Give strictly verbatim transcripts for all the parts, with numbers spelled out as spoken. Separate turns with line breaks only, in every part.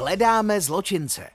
Hledáme zločince.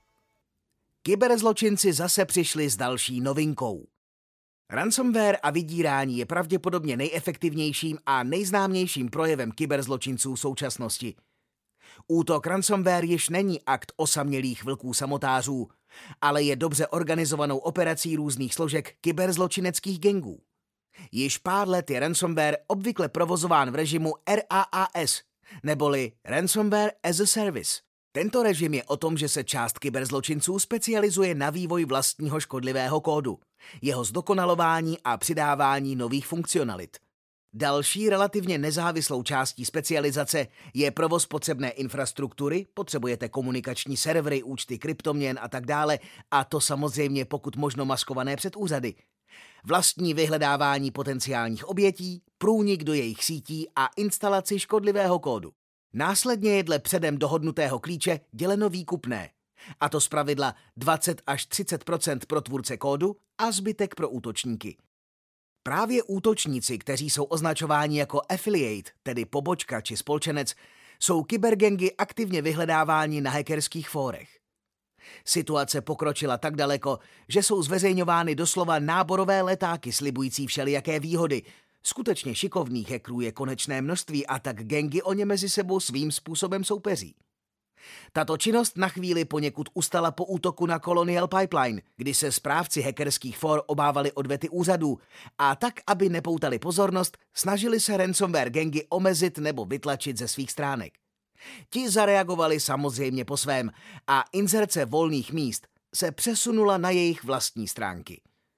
Kyberzločinci zase přišli s další novinkou. Ransomware a vydírání je pravděpodobně nejefektivnějším a nejznámějším projevem kyberzločinců současnosti. Útok ransomware již není akt osamělých vlků samotářů, ale je dobře organizovanou operací různých složek kyberzločineckých gangů. Již pár let je ransomware obvykle provozován v režimu R A A S, neboli Ransomware as a Service. Tento režim je o tom, že se část kyberzločinců specializuje na vývoj vlastního škodlivého kódu, jeho zdokonalování a přidávání nových funkcionalit. Další relativně nezávislou částí specializace je provoz potřebné infrastruktury, potřebujete komunikační servery, účty kryptoměn a tak dále, a to samozřejmě pokud možno maskované před úřady. Vlastní vyhledávání potenciálních obětí, průnik do jejich sítí a instalaci škodlivého kódu. Následně je dle předem dohodnutého klíče děleno výkupné, a to zpravidla dvacet až třicet procent pro tvůrce kódu a zbytek pro útočníky. Právě útočníci, kteří jsou označováni jako affiliate, tedy pobočka či spolčenec, jsou kybergangy aktivně vyhledáváni na hackerských fórech. Situace pokročila tak daleko, že jsou zveřejňovány doslova náborové letáky slibující všelijaké výhody. Skutečně šikovných hackerů je konečné množství a tak gangy o ně mezi sebou svým způsobem soupeří. Tato činnost na chvíli poněkud ustala po útoku na Colonial Pipeline, kdy se správci hackerských for obávali odvety úřadů a tak, aby nepoutali pozornost, snažili se ransomware gangy omezit nebo vytlačit ze svých stránek. Ti zareagovali samozřejmě po svém a inzerce volných míst se přesunula na jejich vlastní stránky.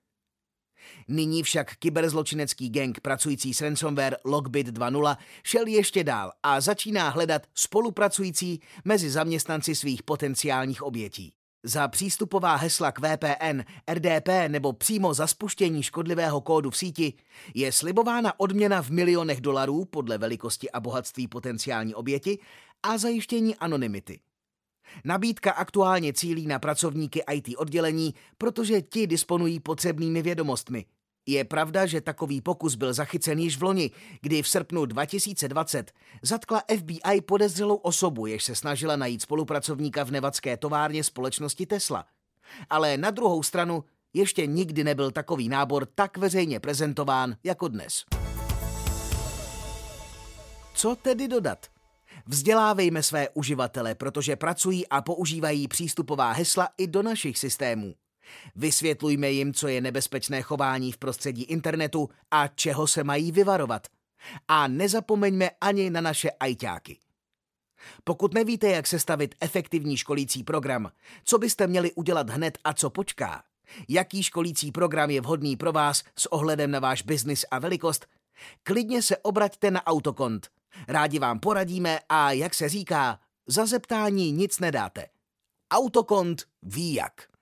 Nyní však kyberzločinecký gang pracující s ransomware Lockbit dva tečka nula šel ještě dál a začíná hledat spolupracující mezi zaměstnanci svých potenciálních obětí. Za přístupová hesla k V P N, R D P nebo přímo za spuštění škodlivého kódu v síti je slibována odměna v milionech dolarů podle velikosti a bohatství potenciální oběti a zajištění anonymity. Nabídka aktuálně cílí na pracovníky I T oddělení, protože ti disponují potřebnými vědomostmi. Je pravda, že takový pokus byl zachycen již v loni, kdy v srpnu dva tisíce dvacet zatkla F B I podezřelou osobu, jež se snažila najít spolupracovníka v nevadské továrně společnosti Tesla. Ale na druhou stranu ještě nikdy nebyl takový nábor tak veřejně prezentován jako dnes. Co tedy dodat? Vzdělávejme své uživatele, protože pracují a používají přístupová hesla i do našich systémů. Vysvětlujme jim, co je nebezpečné chování v prostředí internetu a čeho se mají vyvarovat. A nezapomeňme ani na naše ajťáky. Pokud nevíte, jak sestavit efektivní školící program, co byste měli udělat hned a co počká, jaký školící program je vhodný pro vás s ohledem na váš biznis a velikost, klidně se obraťte na Autokont. Rádi vám poradíme a, jak se říká, za zeptání nic nedáte. Autokont ví jak.